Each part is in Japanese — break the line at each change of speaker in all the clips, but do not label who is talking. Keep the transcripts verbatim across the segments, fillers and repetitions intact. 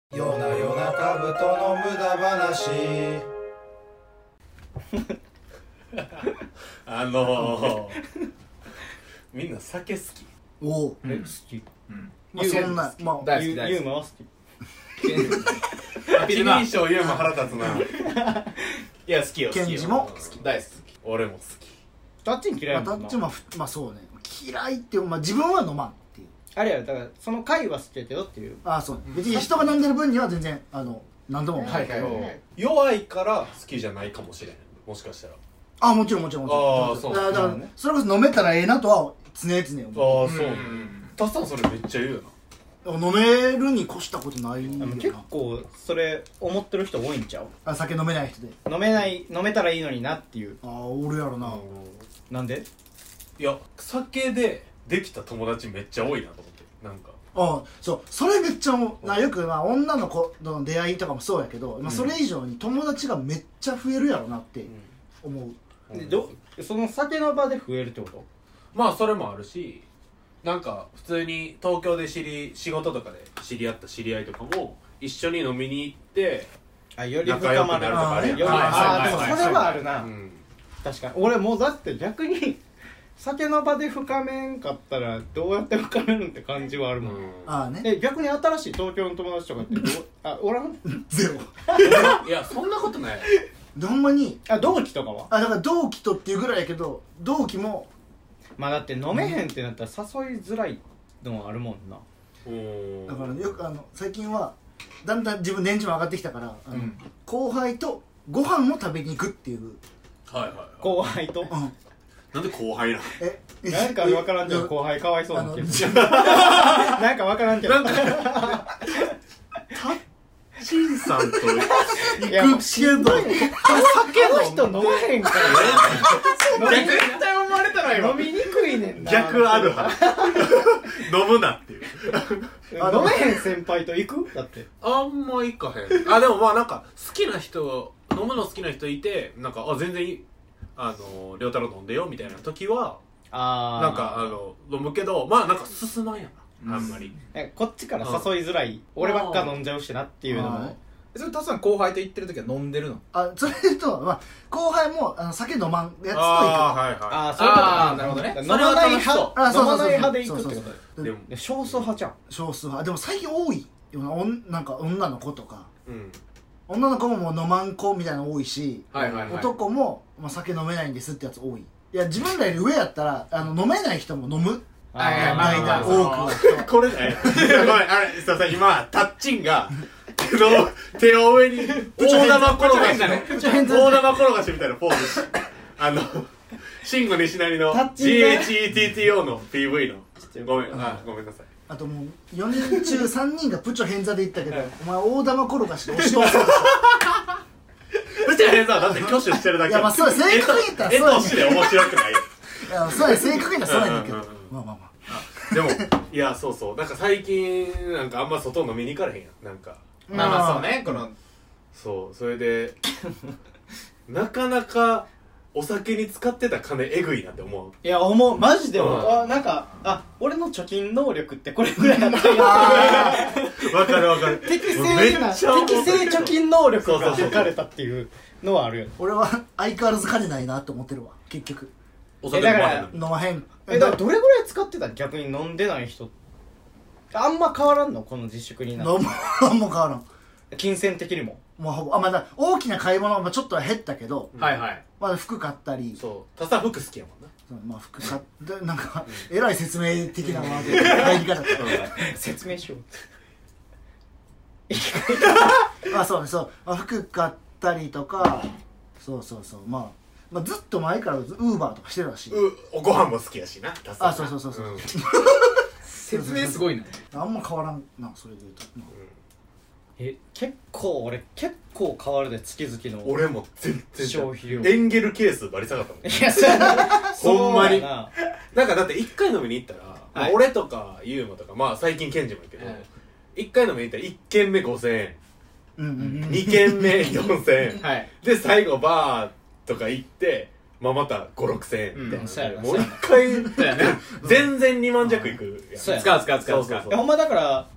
夜な夜なカブトの無駄話
あのー、みんな酒好き。
おお、
え、好き。
うん、まあそんな、まあ
大好き大好き。
ユーマは好き。
一人称言うも腹立つな。いや好きよ。
ケンジも好き。
大好き。
俺も好き。
タッチン嫌いや
まあ、
もんな。
どっちもふまあそうね、嫌いっていう、まあ自分は飲まんっていう。
あれやろ、だからその回は好きやけどっていう。
ああそうね、別に人が飲んでる分には全然あの何度も
はいはいはい。
弱いから好きじゃないかもしれん。もしかしたら。
ああもちろんもちろんもちろん。
ああそう
だからだから
ね
それこそ飲めたらええなとは常々思う。
ああそう。タスさんそれめっちゃ言うよな。
飲めるに越したことないよな。
結構それ思ってる人多いんちゃう？
あ、酒飲めない人で。
飲めない飲めたらいいのになっていう。
ああおるやろな。
なんで？
いや酒でできた友達めっちゃ多いなと思って。なんか
ああそうそれめっちゃ思うな。よくまあ女の子との出会いとかもそうやけど、まあそれ以上に友達がめっちゃ増えるやろなって思う。
でどその酒の場で増えるってこと？
まあそれもあるし、なんか普通に東京で知り仕事とかで知り合った知り合いとかも一緒に飲みに行って
あ、より
仲良くなるとかあるやん。
よりあーでも
はいはいはい
それはあるな。
うん、
確かに俺もうだって逆に酒の場で深めんかったらどうやって深めるんって感じはあるもん。
うん
ああね。
え、逆に新しい東京の友達とかってどうあ、おらん？
ゼロ。
いやそんなことない。
ほんまに
あ、同期とかは？
あだから同期とっていうぐらいやけど、同期も
まあだって飲めへんってなったら誘いづらいのはあるもんな。
うん
だからよくあの最近はだんだん自分年次も上がってきたから、あの、
うん
後輩とご飯も食べに行くっていう。
はいはいはい。
後輩と。
うん。
なんで後輩なの？
え
なんか分からんけど
いや
後輩かわいそう
あの
な気がする。なんか分からんけど。
チンさんと
いや、
行くけど
酒の人飲まへんからね。
絶対思われたら
飲みにくいねんな。
逆ある派。飲むなっていう。
飲めへん先輩と行く？だって
あんまいかへん。あでもまあなんか好きな人飲むの好きな人いて、なんかあ全然いいあの亮太郎飲んでよみたいな時は
あ
なんかあの飲むけど、まあなんか進まんやな、あんまり。
えこっちから誘いづらい、俺ばっか飲んじゃうしなっていうの
あ
も。
それタスさん後輩と行ってる時は飲んでるの？
あそれと、まあ、後輩もあの酒飲まんやつと行く。
あーはいは
ああ、そういうことか。
あーなるほどね
飲まない派、
あそうそうそう
飲まない派で行くって
そう
こと
そう
い。でも
で少数派じゃん。
少数派。でも最近多いよな。おんなんか女の子とか
うん
女の子ももう飲まん子みたいなの多いし、
はいはいはい。
男も、まあ、酒飲めないんですってやつ多い。いや自分らより上やったらあの飲めない人も飲む。
はいはいはい
大体多くの人は。
これね、ごめん、あれ、すいません、今、タッチンが、手の、手を上に、大玉転がしの、大玉転がしみたいなポーズし、あの、シンゴ西成の
タッチン
ジー
が
エイチイーティーティーオー の ピーブイ の、ごめん、あ、ごめんなさい。
あともうよにん中さんにんがプチョ偏座で言ったけど、お前大玉転がしで押し通そうでし
うちは変さ、だって挙手してるだけ。
いやまあそう正確に言ったらそうやねん
絵として面白くないよ。
ょ。いやそうや正確にはそうやねんけど、
うんうんうん
まあまあまあ。
でも、いや、そうそう、なんか最近、なんかあんま外飲みに行かれへんやん、なんか。
まあまあそうね、この
そう、それで、なかなか、お酒に使ってた金えぐいなって思う。
いや思う、マジで思う。
うん
あ、なんかあ、俺の貯金能力ってこれぐらいあったんや。
わかるわかる。
適正な
めっちゃ思う
適正貯金能力が測れたっていうのはあるよね。
俺は相変わらず金ないなと思ってるわ結局。
お酒
えだから
飲まへんのに。
飲まへん。
え、だからどれぐらい使ってた？逆に飲んでない人あんま変わらんの？この自粛になって
飲む何も変わらん。
金銭的にも。
もうほぼあまだ大きな買い物はまあちょっとは減ったけど、
はいはい。
まだ服買ったり、
そう。たさ服好きやもんな。
そのまあ服買ってなんかえらい説明的なワード入り方。
説明しよう。
まあそうねそう、まあ、服買ったりとか、そうそうそう、まあ、まあずっと前からウーバーとかしてたし、
う、おご飯も好きやしな。たさ
あそうそうそうそう、
ん
説明すごいね。
あんま変わらんなそれで言うと、
え、結構俺結構変わるで月々の
俺も全然
消費量。
エンゲル係数バリ下がったもん。
いや、そうやな。
ほんまに
そうやな。
なんかだって一回飲みに行ったら、まあ
はい
俺とかユーマとか、まあ最近ケンジもいるけど
はい、
一回飲みに行ったら一軒目ごせんえ
うんうんうん
ん、二軒目よんせんえん、
はい。
で最後バーとか行って、まあまたご、ろくせんえんみたいな。
うんそうやな
もう一回、
そうやね。
全然にまん弱いくやん。
そうや
使う使う使う使う
そうそうそう
いやほんまだから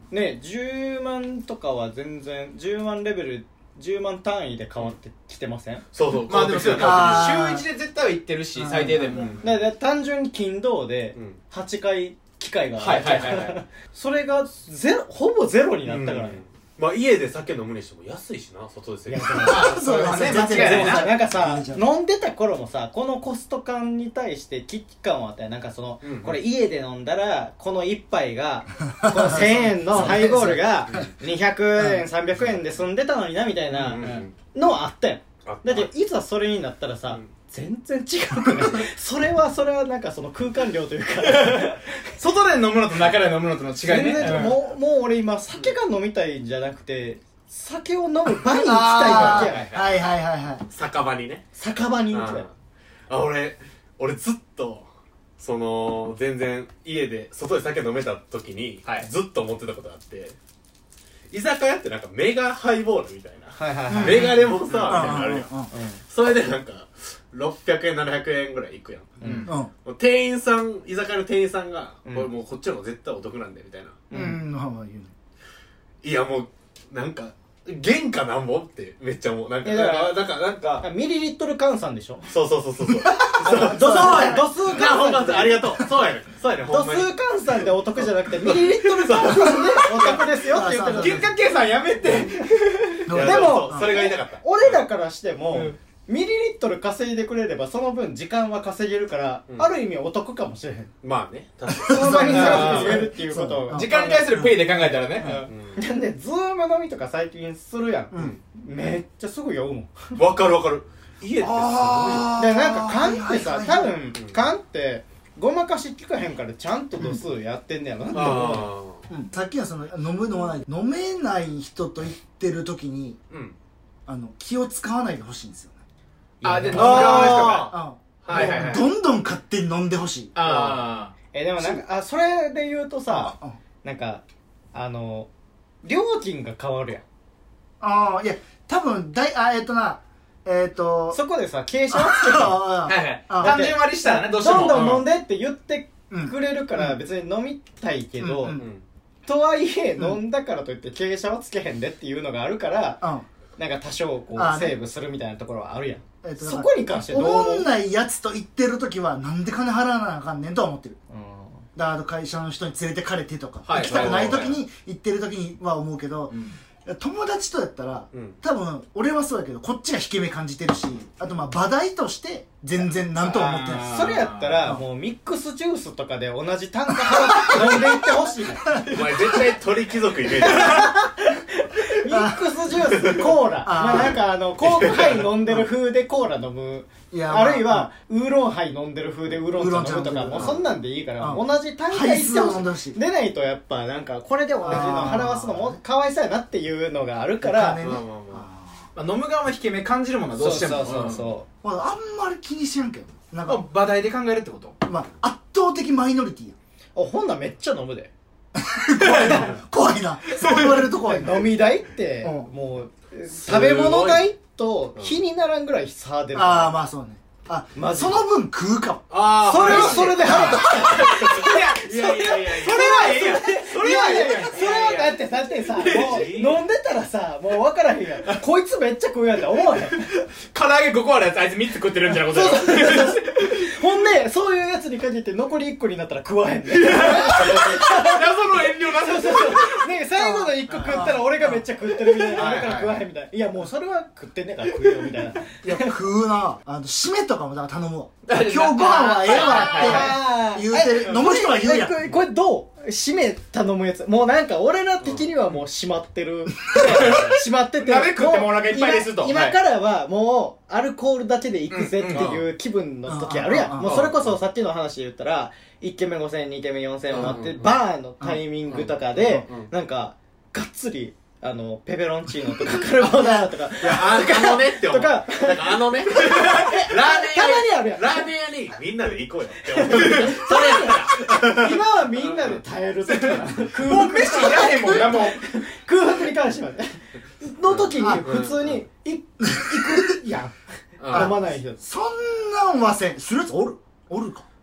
ねじゅうまんとかは全然じゅうまんレベルじゅうまん単位で変わってきてません？
そうそう
まあでもそうや
あー
な週いちで絶対は行ってるし最低でも
うん
だから単純に勤労で
うん
はちかい機会がある、
はいはいはいはい
それがゼロほぼゼロになったからね、
まあ家で酒飲むにしても安いしな外で
いや
酒
そう
まあね
全然
間違いないな
でもさなんかさ
いいじゃん
飲んでた頃もさこのコスト感に対して危機感はあったよ。なんかその、
うん
これ家で飲んだらこの一杯がこのせんえんのハイボールがにひゃくえんさんびゃくえんで済んでたのになみたいな
うんうん
のはあったよ。
あった
だっていざそれになったらさ、
うん
全然違うくないそれはそれはなんかその空間量というか
外で飲むのと中で飲むのとの違い
全
ね
然もうもう俺今酒が飲みたいんじゃなくて酒を飲む場に行きたい
あ
だけや
ーはいはいはいはい
酒場にね
酒場に行きたい。
あ俺俺ずっとその全然家で外で酒飲めた時に、
はい
ずっと思ってたことがあって居酒屋ってなんかメガハイボールみたいな、
はいはいはい、
メガレモンサワーみたいなのあるやん、
うんうん
それでなんかろっぴゃくえんななひゃくえんぐらいいくやん、
うん
うん
もう店員さん居酒屋の店員さんが、
うん
これもうこっちの方が絶対お得なんでみたいな、
うんうんまあまあ言うね
いやもうなんか原価なんぼってめっちゃ思うなんか
いやだから
なんかなんかなんか
ミリリットル換算でしょ。
そうそうそうそうそう
度数度数換
なほんま
算
ありがとうそうやねそうやねほ
度数
んまに
換算でお得じゃなくてミリリットル換算でお得ですよって言ってた。
結果計算やめて
いや
でも
そうそれが言いたかった
俺らからしても、
うん
ミリリットル稼いでくれればその分時間は稼げるから、
うん
ある意味お得かもしれへん。
まあね確か
その場に
そう
さ増えるっていうことを
そう
時間に対するペイで考えたらね
に
なんでズーム飲みとか最近するやん、
うん
めっちゃすぐ酔うもん。
うんわかるわかる家ってすごい
あー
でなんか缶ってさ、
はいはいはい
多分缶ってごまかし効かへんからちゃんと度数やってんねやろなって思う、
あ
うんさっきのその飲む飲まない飲めない人と言ってる時に
ーうん
あの気を使わないでほしいんですよね
あで飲む側の人が
あ
はいはいはい
どんどん勝手に飲んでほしい
あ
えでもなんかあそれで言うとさ
あ
なんかあの料金が変わるやん。
ああいや多分だいあえっとなえっと
そこでさ傾斜をつけた
あ
あはいはい
あ
単純割りしたらねどうしても
どんどん飲んでって言って
うん
くれるから別に飲みたいけど、
うんうん
うん
とはいえ
うん
飲んだからといって傾斜はつけへんでっていうのがあるから、
うん
なんか多少こう
あね
セーブするみたいなところはあるやん。
えっと
そこに関してどう思う？
思んないやつと言ってる時はなんで金払わなあかんねんとは思ってる
うん
だから会社の人に連れてかれてとか、
はい
行きたくない時に行ってる時には思うけど、
うん
友達とやったら、
うん
多分俺はそうやけどこっちが引け目感じてるしあとまあ場代として全然何とも思ってない
あー
それやったらもうミックスジュースとかで同じ単価払って飲んでいってほしいの
お前絶対鳥貴族イメージ
ミックスジュースコーラ
あー
まあなんかあのコークハイ飲んでる風でコーラ飲む
いや
あるいはウーロンハイ飲んでる風でウーロン茶飲むとか
ウーロン茶飲んでる
もうそんなんでいいから
うん
同じ単価
配数
いってほしい
を飲んでほしい
でないとやっぱなんかこれで同じの払わすのもかわいそうやなっていうのがあるから
お金ね
まあまあま
あ
まあ飲む側の引け目感じるものはどうしても
そうそうそうそ
ーまあ、あんまり気にしやんけどなん
まあ
か、
場代で考えるってこと
まあ、圧倒的マイノリティや
うおほんならめっちゃ飲むで
怖いな怖いなそう言われると怖いな
飲み代って
うん
もう食べ物代と比にならんぐらい差出る
ああまあそうねあ
マジ
その分食うかも
あ
それはそれで払って
いやいやいやいや
それはええやんそれはいやいやそれはだってだってさもう飲んでたらさもう分からへんやんこいつめっちゃ食うやんって思わへん
唐揚げごこあるやつあいつみっつ食ってるんじゃなことやろ
ほんでそういうやつに限って残りいっこになったら食わへんねん
謎の遠慮な
そうそうそうね最後のいっこ食ったら俺がめっちゃ食ってるみたいなだから食わへんみたいないやもうそれは食ってんねんから食えよみたいない
や食うなあの締めとかもだから頼むわ今日ご飯はええわって言うてる飲む人は言うやん
これこれどう締め頼むやつもうなんか俺ら的にはもう閉まってる閉まってて
鍋食ってもお腹いっぱいですと
今
はい
今からはもうアルコールだけで行くぜっていう気分の時あるや
うん
んもうそれこそさっきの話で言ったらいっけんめごせんえんにけんめよんせんえんもあって
うん
バーのタイミングとかで
うんうん
なんかがっつりあのペペロンチーノとかカルボナーラとか
いやああのねって思う
とか
なんかあのねラーメン
たまにあるやん
屋ラーメン屋にみんなで行こうよって思うそれやったら
今はみんなで耐える時な空
もう飯いらへんもんなもう
空白に関してはねの時に普通にい行くやん飲まない人
そんなんはせんするやつおるおるか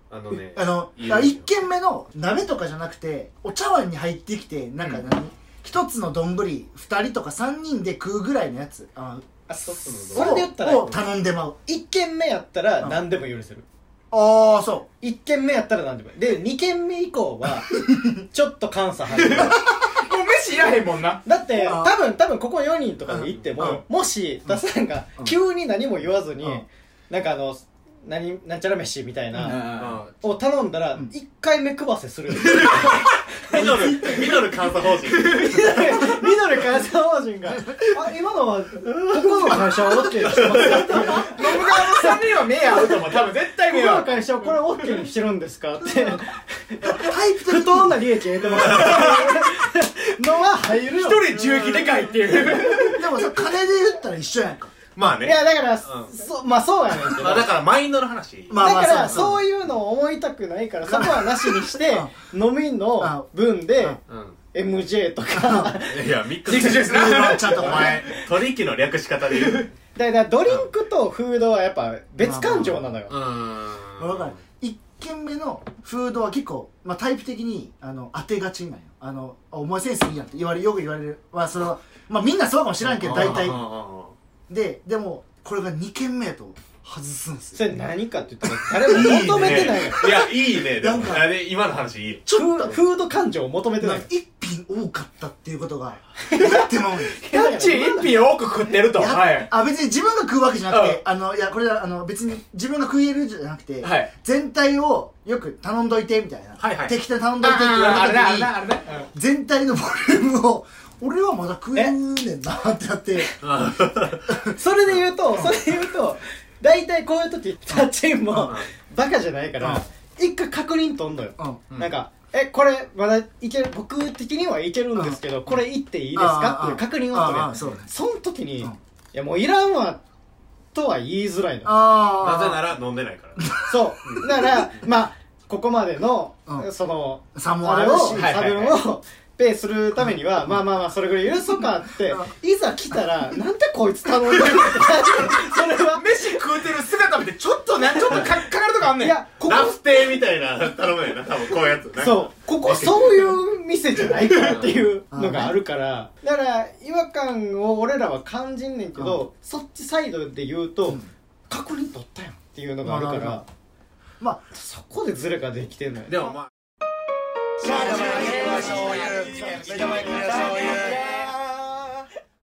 あのね
あの
いいですよ
一軒目の鍋とかじゃなくてお茶碗に入ってきてなんか何、一つの丼ふたりとかさんにんで食うぐらいのやつあ
あそう
一つ
そ
の
れで言ったら
を頼んでまう。
いっ軒目やったら何でも許せる、
ああそ
いっ軒目やったら何でもでに軒目以降はちょっと監査入る
もう飯いらへんもんな。
だって
あ
多分多分ここよにんとかで行っても、
うん
もしダサンが急に何も言わずに、
うん
なんかあの何なんちゃら飯みたいな、
うん
を頼んだら
ん
いっかいめ食わせするよ
ミドルミドル監査法人
ミドル監査法人があ今のはここの会社は OK にしてますかっていう
信川のさんにんは目合うと思う。多分絶対
ここの
目合う。
会社はこれ OK にしてるんですかって
うタイプ的
不
に
当な利益得てますのは入るよ
一人重機でかいっていう。
でもさ金で言ったら一緒やんか。
まあね
いやだから、
ん
そまあそうやねんけど、
まあだからマインドの話
まあまあ
だから
そう
そういうのを思いたくないからそこはなしにして飲みの分で
うん
エムジェー とか
いやミックス
ミックスジュースな
ちゃんと
お前取引の略し方で言う
だからドリンクとフードはやっぱ別感情なのよ
うーん
分かる。一軒目のフードは結構、まあ、タイプ的にあの当てがちなんよ。あのあお前センスいいやんって言われよく言われる。まあそのまあみんなそうかもしれんけど大体
うんうんうんうん
ででもこれがに軒目と外すんですよ。
それ何かって言ったら誰も求めてないのよ
いやいいねでも
なんか
あれ今の話いい
ちょっと
フーフード感情を求めてないの
一品多かったっていうことがやってまうんよ。
キャッチ一品多く食ってると。
や
はい。
あ別に自分が食うわけじゃなくて、
うん
あのいやこれはあの別に自分が食えるじゃなくて、
はい
全体をよく頼んどいてみたいな、
はいはい
適当に頼んどいてって言わ
あれな、あ
れた時に
れな、あれな。
全体のボリュームを俺はまだ食えるねんなってなって
それで言うとそれで言うと大体こういう時タッチンもバカじゃないから一回確認とんのよ
うん
なんかえこれまだいける僕的にはいけるんですけどこれいっていいですかっていう確認を取るやん
ああそうだね
その時に、
うん
いやもういらんわとは言いづらいの
あ
なぜなら飲んでないから
そうだからまあここまでの、
うん
その
差もあるし
を
はい
差分をペイするためには、まあまあまあそれぐらい許そうかって、いざ来たらなんでこいつ頼んでるのって感じそれは
飯食うてる姿見てちょっとね、ちょっとかかかるとかあんねん。
いやここ
ラフテーみたいな頼むねんな多分こういうやつな
そうここそういう店じゃないからっていうのがあるからだから違和感を俺らは感じんねんけど、そっちサイドで言うと、確認取ったやんっていうのがあるか
なるほ
ら
どまあ
そこでズレができてんのよ
でもまあ
じゃあじゃあ